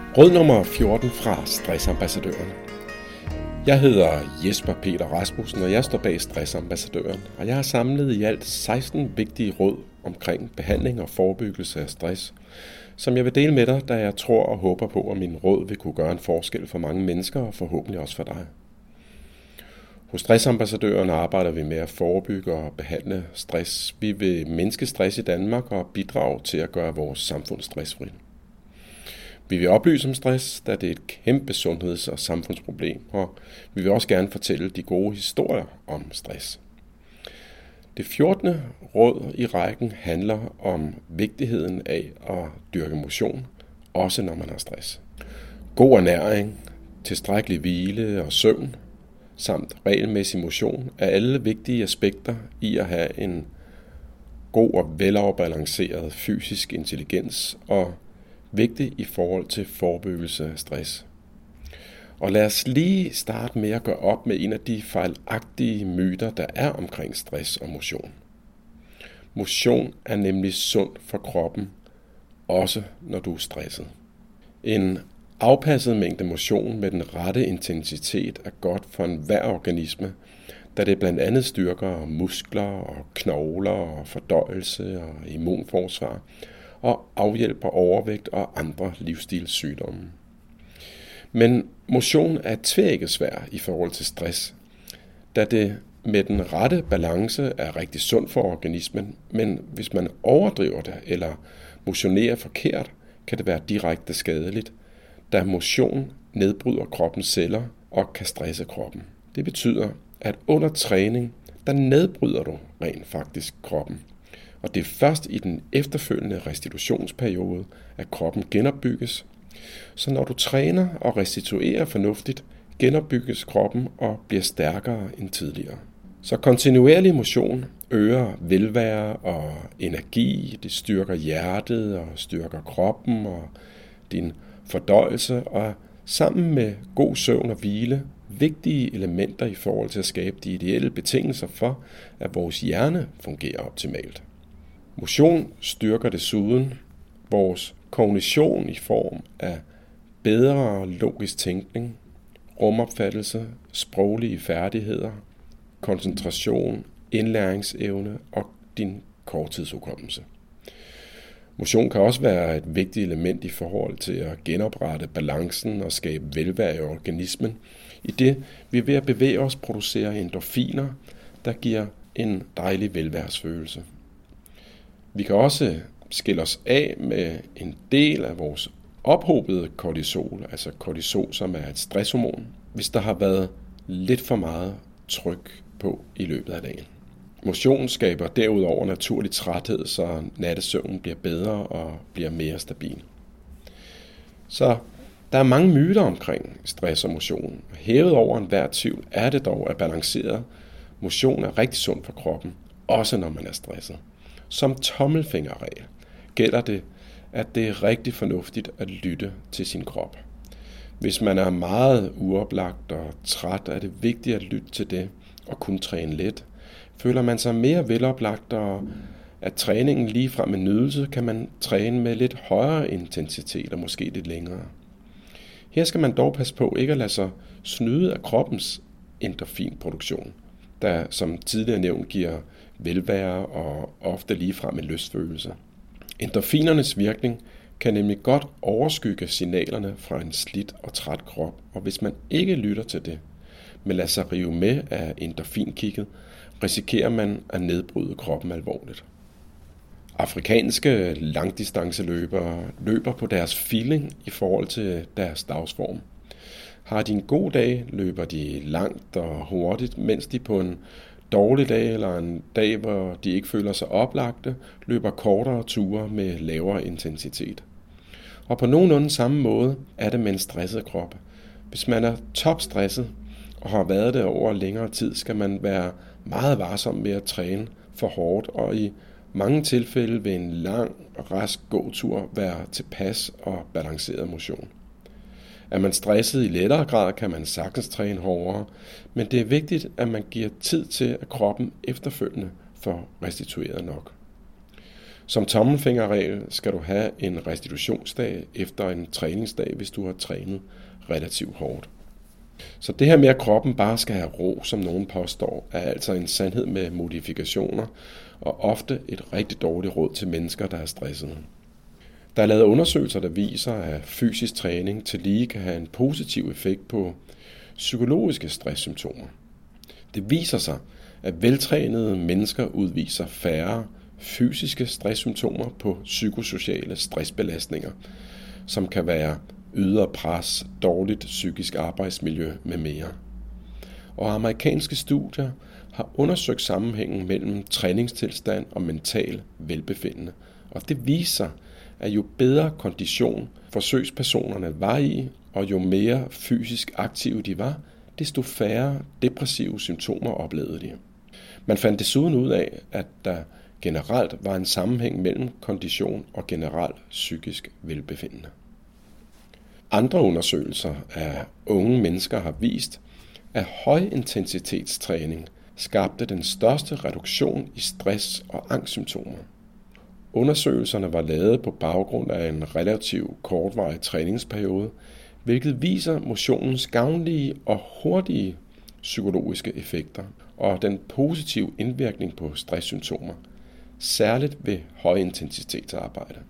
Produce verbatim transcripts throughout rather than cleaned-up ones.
Råd nummer fjorten fra Stressambassadøren. Jeg hedder Jesper Peter Rasmussen, og jeg står bag Stressambassadøren, og jeg har samlet i alt seksten vigtige råd omkring behandling og forebyggelse af stress, som jeg vil dele med dig, da jeg tror og håber på, at mine råd vil kunne gøre en forskel for mange mennesker og forhåbentlig også for dig. Hos Stressambassadøren arbejder vi med at forebygge og behandle stress. Vi vil mindske stress i Danmark og bidrage til at gøre vores samfund stressfrit. Vi vil oplyse om stress, da det er et kæmpe sundheds- og samfundsproblem, og vi vil også gerne fortælle de gode historier om stress. Det fjortende råd i rækken handler om vigtigheden af at dyrke motion, også når man har stress. God ernæring, tilstrækkelig hvile og søvn, samt regelmæssig motion er alle vigtige aspekter i at have en god og velafbalanceret fysisk intelligens og vigtig i forhold til forebyggelse af stress. Og lad os lige starte med at gøre op med en af de fejlagtige myter, der er omkring stress og motion. Motion er nemlig sundt for kroppen, også når du er stresset. En afpasset mængde motion med den rette intensitet er godt for enhver organisme, da det blandt andet styrker muskler og knogler og fordøjelse og immunforsvar, og afhjælper overvægt og andre livsstilssygdomme. Men motion er tvækket svær i forhold til stress, da det med den rette balance er rigtig sundt for organismen, men hvis man overdriver det eller motionerer forkert, kan det være direkte skadeligt, da motion nedbryder kroppens celler og kan stresse kroppen. Det betyder, at under træning, der nedbryder du rent faktisk kroppen. Og det er først i den efterfølgende restitutionsperiode, at kroppen genopbygges. Så når du træner og restituerer fornuftigt, genopbygges kroppen og bliver stærkere end tidligere. Så kontinuerlig motion øger velvære og energi, det styrker hjertet og styrker kroppen og din fordøjelse, og sammen med god søvn og hvile, vigtige elementer i forhold til at skabe de ideelle betingelser for, at vores hjerne fungerer optimalt. Motion styrker desuden vores kognition i form af bedre logisk tænkning, rumopfattelse, sproglige færdigheder, koncentration, indlæringsevne og din korttidshukommelse. Motion kan også være et vigtigt element i forhold til at genoprette balancen og skabe velvære i organismen, i det vi ved at bevæge os producerer endorfiner, der giver en dejlig velværesfølelse. Vi kan også skille os af med en del af vores ophobede kortisol, altså kortisol, som er et stresshormon, hvis der har været lidt for meget tryk på i løbet af dagen. Motion skaber derudover naturlig træthed, så nattesøvnen bliver bedre og bliver mere stabil. Så der er mange myter omkring stress og motion. Hævet over enhver tvivl er det dog at balanceret. Motion er rigtig sund for kroppen, også når man er stresset. Som tommelfingerregel gælder det, at det er rigtig fornuftigt at lytte til sin krop. Hvis man er meget uoplagt og træt, er det vigtigt at lytte til det og kun træne let. Føler man sig mere veloplagt og at træningen ligefrem en nydelse, kan man træne med lidt højere intensitet og måske lidt længere. Her skal man dog passe på ikke at lade sig snyde af kroppens endorfinproduktion, der som tidligere nævnt giver velvære og ofte ligefrem en lystfølelse. Endorfinernes virkning kan nemlig godt overskygge signalerne fra en slidt og træt krop, og hvis man ikke lytter til det, men lader sig rive med af endorfinkikket, risikerer man at nedbryde kroppen alvorligt. Afrikanske langdistanceløbere løber på deres feeling i forhold til deres dagsform. Har de en god dag, løber de langt og hurtigt, mens de på en dårlig dag eller en dag, hvor de ikke føler sig oplagte, løber kortere ture med lavere intensitet. Og på nogenlunde samme måde er det med en stresset krop. Hvis man er topstresset og har været det over længere tid, skal man være meget varsom med at træne for hårdt, og i mange tilfælde vil en lang og rask gåtur være tilpas og balanceret motion. Er man stresset i lettere grad, kan man sagtens træne hårdere, men det er vigtigt, at man giver tid til, at kroppen efterfølgende får restitueret nok. Som tommelfingerregel skal du have en restitutionsdag efter en træningsdag, hvis du har trænet relativt hårdt. Så det her med, at kroppen bare skal have ro, som nogen påstår, er altså en sandhed med modifikationer, og ofte et rigtig dårligt råd til mennesker, der er stressede. Der er lavet undersøgelser, der viser, at fysisk træning tillige kan have en positiv effekt på psykologiske stresssymptomer. Det viser sig, at veltrænede mennesker udviser færre fysiske stresssymptomer på psykosociale stressbelastninger, som kan være ydre pres, dårligt psykisk arbejdsmiljø med mere. Og amerikanske studier har undersøgt sammenhængen mellem træningstilstand og mental velbefindende. Og det viser, at jo bedre kondition forsøgspersonerne var i, og jo mere fysisk aktive de var, desto færre depressive symptomer oplevede de. Man fandt desuden ud af, at der generelt var en sammenhæng mellem kondition og generelt psykisk velbefindende. Andre undersøgelser af unge mennesker har vist, at højintensitetstræning skabte den største reduktion i stress- og angstsymptomer. Undersøgelserne var lavet på baggrund af en relativt kortvarig træningsperiode, hvilket viser motionens gavnlige og hurtige psykologiske effekter og den positive indvirkning på stresssymptomer, særligt ved højintensitetsarbejde.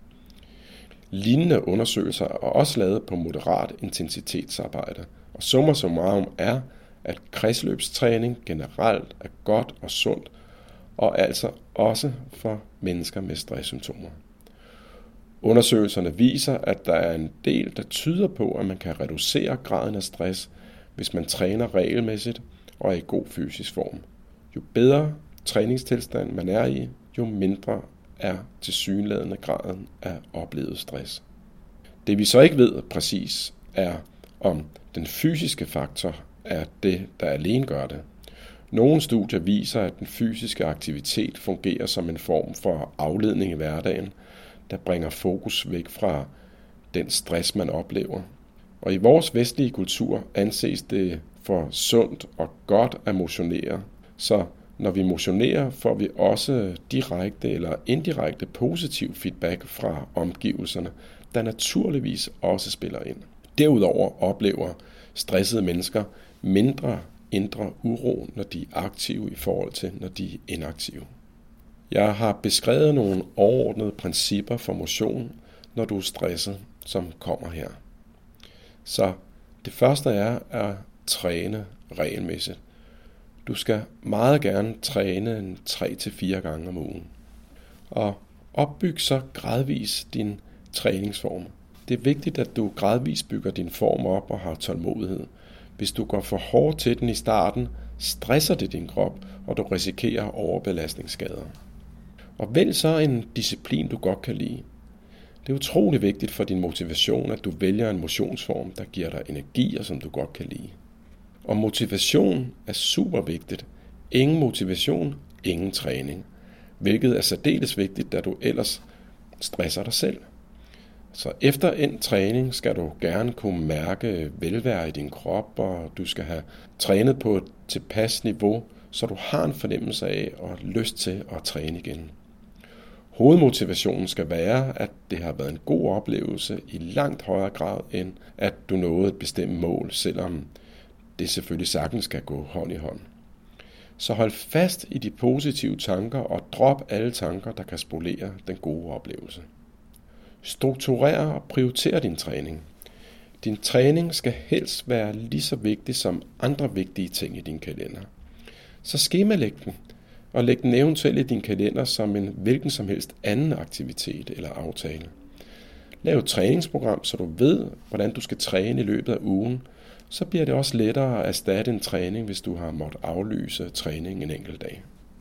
Lignende undersøgelser er også lavet på moderat intensitetsarbejde, og summa summarum er, at kredsløbstræning generelt er godt og sundt, og altså også for mennesker med stresssymptomer. Undersøgelserne viser, at der er en del, der tyder på, at man kan reducere graden af stress, hvis man træner regelmæssigt og er i god fysisk form. Jo bedre træningstilstand man er i, jo mindre er tilsyneladende graden af oplevet stress. Det vi så ikke ved præcis er, om den fysiske faktor er det, der alene gør det. Nogle studier viser, at den fysiske aktivitet fungerer som en form for afledning i hverdagen, der bringer fokus væk fra den stress, man oplever. Og i vores vestlige kultur anses det for sundt og godt at motionere, så når vi motionerer, får vi også direkte eller indirekte positiv feedback fra omgivelserne, der naturligvis også spiller ind. Derudover oplever stressede mennesker mindre indre uro, når de er aktive i forhold til, når de er inaktive. Jeg har beskrevet nogle overordnede principper for motion, når du er stresset, som kommer her. Så det første er at træne regelmæssigt. Du skal meget gerne træne en tre til fire gange om ugen. Og opbyg så gradvis din træningsform. Det er vigtigt, at du gradvis bygger din form op og har tålmodighed. Hvis du går for hårdt til den i starten, stresser det din krop, og du risikerer overbelastningsskader. Og vælg så en disciplin, du godt kan lide. Det er utrolig vigtigt for din motivation, at du vælger en motionsform, der giver dig energier, som du godt kan lide. Og motivation er super vigtigt. Ingen motivation, ingen træning. Hvilket er særdeles vigtigt, da du ellers stresser dig selv. Så efter en træning skal du gerne kunne mærke velvære i din krop, og du skal have trænet på et tilpas niveau, så du har en fornemmelse af og lyst til at træne igen. Hovedmotivationen skal være, at det har været en god oplevelse i langt højere grad, end at du nåede et bestemt mål, selvom det selvfølgelig sagtens skal gå hånd i hånd. Så hold fast i de positive tanker og drop alle tanker, der kan spolere den gode oplevelse. Strukturer og prioriter din træning. Din træning skal helst være lige så vigtig som andre vigtige ting i din kalender. Så skemalæg den, og læg den eventuelt i din kalender som en hvilken som helst anden aktivitet eller aftale. Lav et træningsprogram, så du ved, hvordan du skal træne i løbet af ugen. Så bliver det også lettere at erstatte en træning, hvis du har måttet aflyse træning en enkelt dag.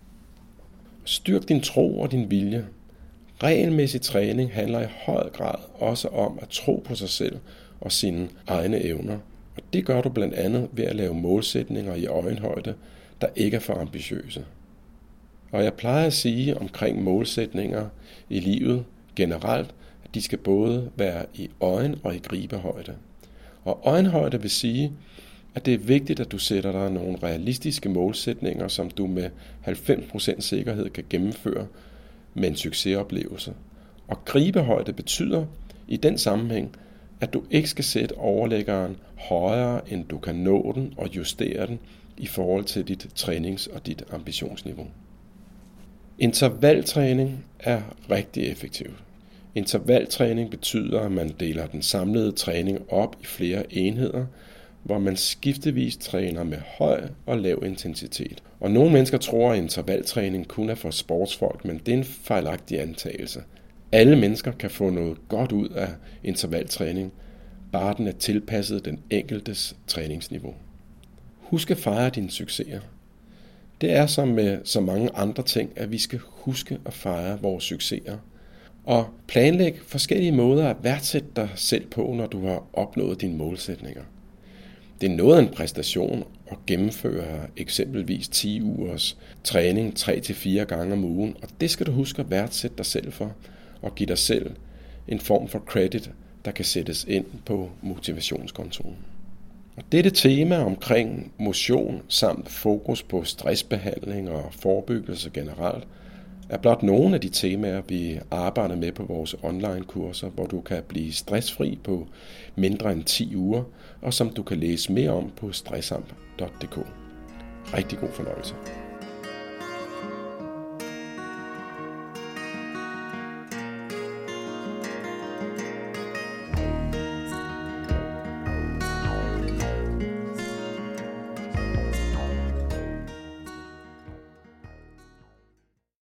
Styrk din tro og din vilje. Regelmæssig træning handler i høj grad også om at tro på sig selv og sine egne evner. Og det gør du blandt andet ved at lave målsætninger i øjenhøjde, der ikke er for ambitiøse. Og jeg plejer at sige omkring målsætninger i livet generelt, at de skal både være i øjen og i gribehøjde. Og øjenhøjde vil sige, at det er vigtigt, at du sætter dig nogle realistiske målsætninger, som du med halvfems procent sikkerhed kan gennemføre, med en succesoplevelse. Og gribehøjde betyder i den sammenhæng, at du ikke skal sætte overlæggeren højere, end du kan nå den og justere den i forhold til dit trænings- og dit ambitionsniveau. Intervaltræning er rigtig effektivt. Intervaltræning betyder, at man deler den samlede træning op i flere enheder, hvor man skiftevis træner med høj og lav intensitet. Og nogle mennesker tror, at intervaltræning kun er for sportsfolk, men det er en fejlagtig antagelse. Alle mennesker kan få noget godt ud af intervaltræning, bare den er tilpasset den enkeltes træningsniveau. Husk at fejre dine succeser. Det er som med så mange andre ting, at vi skal huske at fejre vores succeser. Og planlæg forskellige måder at værdsætte dig selv på, når du har opnået dine målsætninger. Det er noget af en præstation at gennemføre eksempelvis ti ugers træning tre til fire gange om ugen, og det skal du huske at værdsætte dig selv for, og give dig selv en form for credit, der kan sættes ind på motivationskontoen. Og dette tema omkring motion samt fokus på stressbehandling og forebyggelse generelt, er blot nogle af de temaer, vi arbejder med på vores online-kurser, hvor du kan blive stressfri på mindre end ti uger, og som du kan læse mere om på stressamp punktum d k. Rigtig god fornøjelse.